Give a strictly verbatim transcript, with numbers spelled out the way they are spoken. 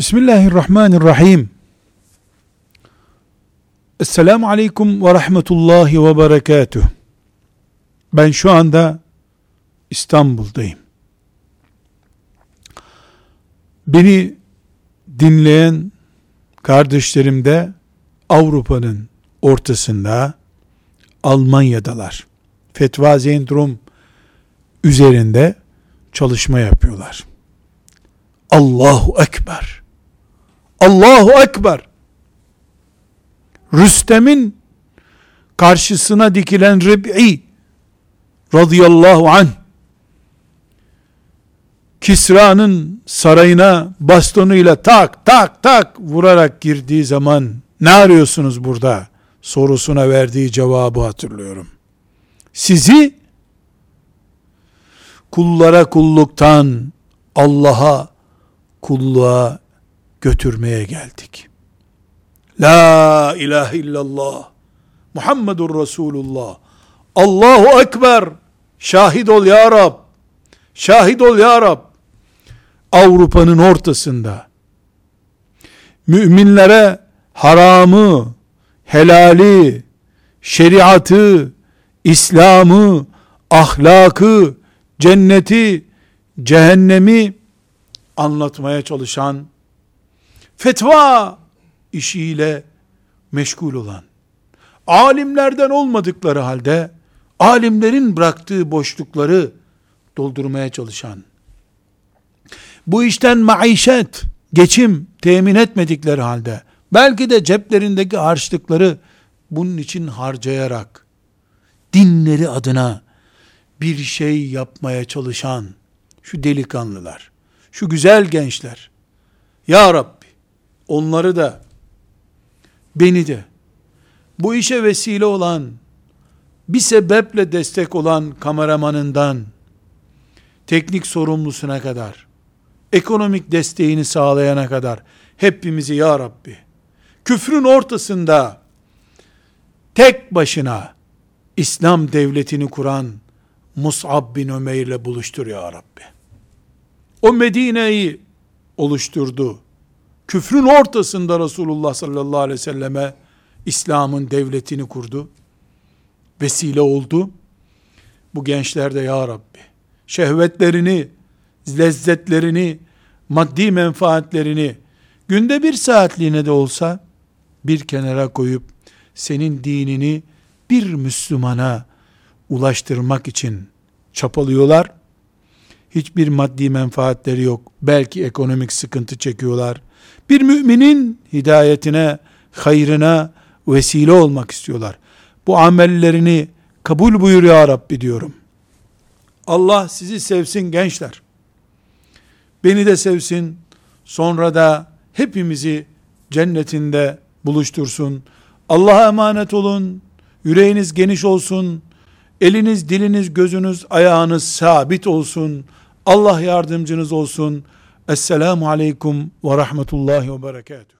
Bismillahirrahmanirrahim. Esselamu aleyküm ve rahmetullahi ve berekatuh. Ben şu anda İstanbul'dayım. Beni dinleyen kardeşlerim de Avrupa'nın ortasında, Almanya'dalar. Fetva Zentrum üzerinde çalışma yapıyorlar. Allahu Ekber. Allahu Ekber. Rüstem'in karşısına dikilen Rib'i radıyallahu anh, Kisra'nın sarayına bastonuyla tak tak tak vurarak girdiği zaman ne arıyorsunuz burada sorusuna verdiği cevabı hatırlıyorum. Sizi kullara kulluktan Allah'a kulluğa götürmeye geldik. La ilahe illallah Muhammedur Resulullah. Allahu Ekber. Şahit ol ya Rab. Şahit ol ya Rab. Avrupa'nın ortasında müminlere haramı, helali, şeriatı, İslam'ı, ahlakı, cenneti, cehennemi anlatmaya çalışan, fetva işiyle meşgul olan, alimlerden olmadıkları halde alimlerin bıraktığı boşlukları doldurmaya çalışan, bu işten maişet, geçim temin etmedikleri halde belki de ceplerindeki harçlıkları bunun için harcayarak dinleri adına bir şey yapmaya çalışan şu delikanlılar, şu güzel gençler, ya Rabbi onları da beni de bu işe vesile olan, bir sebeple destek olan kameramanından teknik sorumlusuna kadar, ekonomik desteğini sağlayana kadar hepimizi ya Rabbi küfrün ortasında tek başına İslam devletini kuran Mus'ab bin Ömer ile buluştur ya Rabbi. O Medine'yi oluşturdu. Küfrün ortasında Resulullah sallallahu aleyhi ve selleme İslam'ın devletini kurdu. Vesile oldu. Bu gençler de ya Rabbi şehvetlerini, lezzetlerini, maddi menfaatlerini günde bir saatliğine de olsa bir kenara koyup senin dinini bir Müslümana ulaştırmak için çapalıyorlar. Hiçbir maddi menfaatleri yok. Belki ekonomik sıkıntı çekiyorlar. Bir müminin hidayetine, hayrına vesile olmak istiyorlar. Bu amellerini kabul buyur ya Rabbi diyorum. Allah sizi sevsin gençler. Beni de sevsin. Sonra da hepimizi cennetinde buluştursun. Allah'a emanet olun. Yüreğiniz geniş olsun. Eliniz, diliniz, gözünüz, ayağınız sabit olsun. Allah yardımcınız olsun. Esselamu aleyküm ve rahmetullahi ve berekatuhu.